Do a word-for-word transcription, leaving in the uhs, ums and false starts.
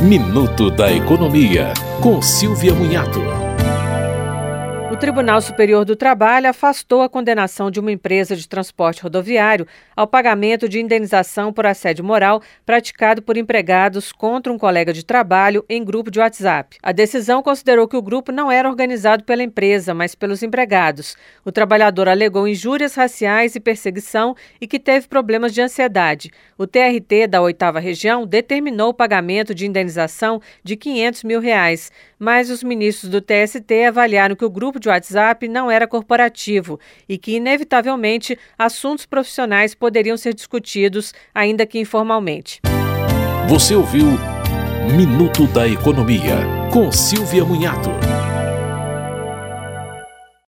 Minuto da Economia, com Silvia Munhato. O Tribunal Superior do Trabalho afastou a condenação de uma empresa de transporte rodoviário ao pagamento de indenização por assédio moral praticado por empregados contra um colega de trabalho em grupo de WhatsApp. A decisão considerou que o grupo não era organizado pela empresa, mas pelos empregados. O trabalhador alegou injúrias raciais e perseguição e que teve problemas de ansiedade. O T R T da oitava Região determinou o pagamento de indenização de quinhentos mil reais, mas os ministros do T S T avaliaram que o grupo de WhatsApp não era corporativo e que, inevitavelmente, assuntos profissionais poderiam ser discutidos, ainda que informalmente. Você ouviu Minuto da Economia, com Silvia Munhato.